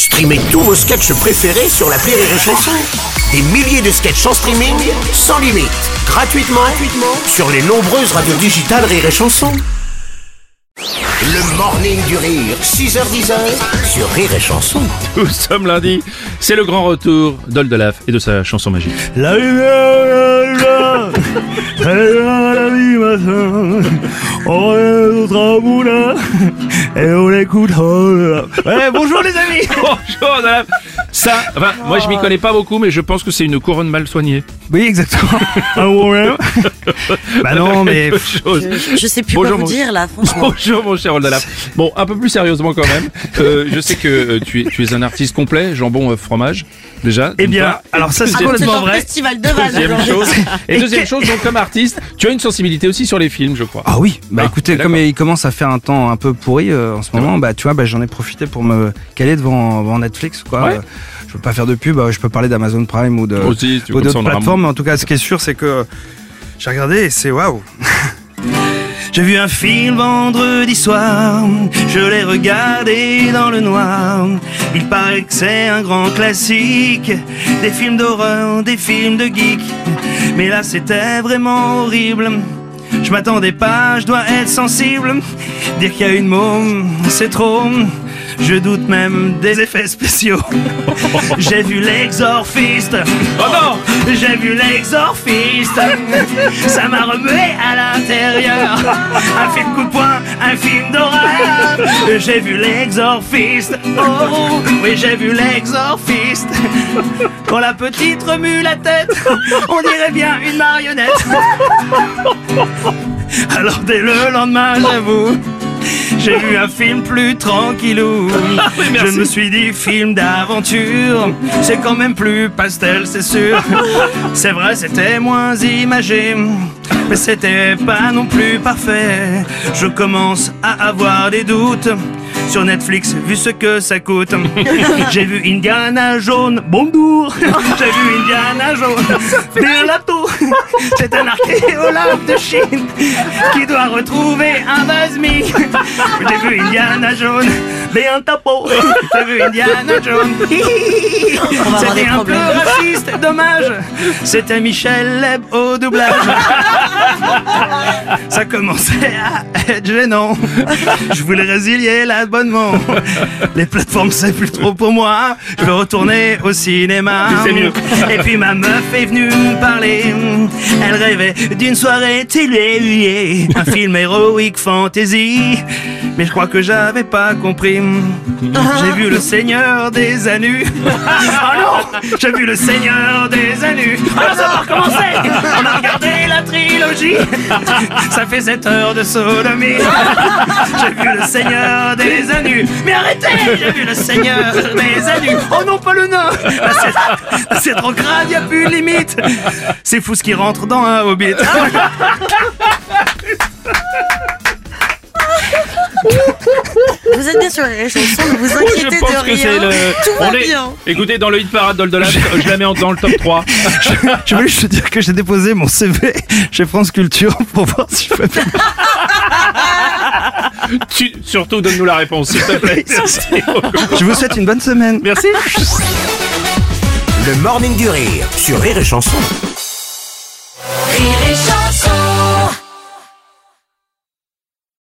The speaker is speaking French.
Streamez tous vos sketchs préférés sur l'appli Rire et Chanson. Des milliers de sketchs en streaming, sans limite, gratuitement sur les nombreuses radios digitales Rire et Chanson. Le morning du rire, 6h-10h sur Rire et Chanson. Nous sommes lundi, c'est le grand retour d'Oldelaf et de sa chanson magique. La on est au tramoulin et on écoute. Ouais, bonjour les amis. Bonjour Oldelaf. Ça, enfin, moi je m'y connais pas beaucoup, mais je pense que c'est une couronne mal soignée. Oui, exactement. Un problème. Bah non, mais Je sais plus Bonjour, quoi vous dire là, franchement. Bonjour mon cher Oldelaf. Bon, un peu plus sérieusement quand même. Je sais que tu es un artiste complet, jambon, fromage, déjà. eh bien, alors ça c'est C'est complètement dans le vrai. festival de Vannes. Deuxième chose. Et deuxième chose, donc comme artiste, tu as une sensibilité aussi sur les films, je crois. Ah oui, bah écoutez, d'accord. comme il commence à faire un temps un peu pourri en ce moment, bah tu vois, bah j'en ai profité pour me caler devant Netflix, quoi. Ouais. Je veux pas faire de pub, je peux parler d'Amazon Prime ou Aussi, tu veux comme ça, d'autres on aura plateformes, mais en tout cas, ce qui est sûr, c'est que j'ai regardé et c'est waouh. J'ai vu un film vendredi soir, je l'ai regardé dans le noir. Il paraît que c'est un grand classique, des films d'horreur, des films de geek. Mais là c'était vraiment horrible, je m'attendais pas, je dois être sensible. Dire qu'il y a une môme, c'est trop. Je doute même des effets spéciaux. J'ai vu l'exorciste. Oh non! J'ai vu l'exorciste. Ça m'a remué à l'intérieur. Un film coup de poing, un film d'horreur. J'ai vu l'exorciste. Oh, oui, j'ai vu l'exorciste. Quand la petite remue la tête, on dirait bien une marionnette. Alors dès le lendemain, j'avoue, j'ai vu un film plus tranquillou. oui, merci. Je me suis dit film d'aventure, c'est quand même plus pastel, c'est sûr. C'est vrai, c'était moins imagé, mais c'était pas non plus parfait. Je commence à avoir des doutes sur Netflix, vu ce que ça coûte. J'ai vu Indiana Jones, bonjour. J'ai vu Indiana Jones, Berlato. C'est un archéologue de Chine qui doit retrouver un vase mi. J'ai vu Indiana Jones, bien tapo. J'ai vu Indiana Jones. avoir des C'était un peu problèmes. raciste, dommage. C'était Michel Leb au doublage. Ça commençait à être gênant. Je voulais résilier l'abonnement. Les plateformes c'est plus trop pour moi. Je veux retourner au cinéma. C'est mieux. Et puis ma meuf est venue me parler. Elle rêvait d'une soirée télé, un film héroïque fantasy. Mais je crois que j'avais pas compris. J'ai vu le Seigneur des Anus. Oh non, j'ai vu le Seigneur des Anus. Alors ça va recommencer. On a regardé la trilogie. Ça fait 7 heures de sodomie. J'ai vu le Seigneur des Anus. Mais arrêtez, j'ai vu le Seigneur des Anus. Oh non, pas le nain. Là, c'est trop crade, y a plus de limite. C'est fou ce qui rentre dans un hobbit. Vous êtes bien sur les chansons, ne vous Je inquiétez pense de que rien. c'est le. Tout va On est- bien. Écoutez, dans le hit parade d'Oldelaf, je la mets dans le top 3. Je voulais juste te dire que j'ai déposé mon CV chez France Culture pour voir si je peux. Surtout, donne-nous la réponse, s'il te plaît. Je vous souhaite une bonne semaine. Merci. Le morning du rire sur Rire et Chanson. Rire et chanson.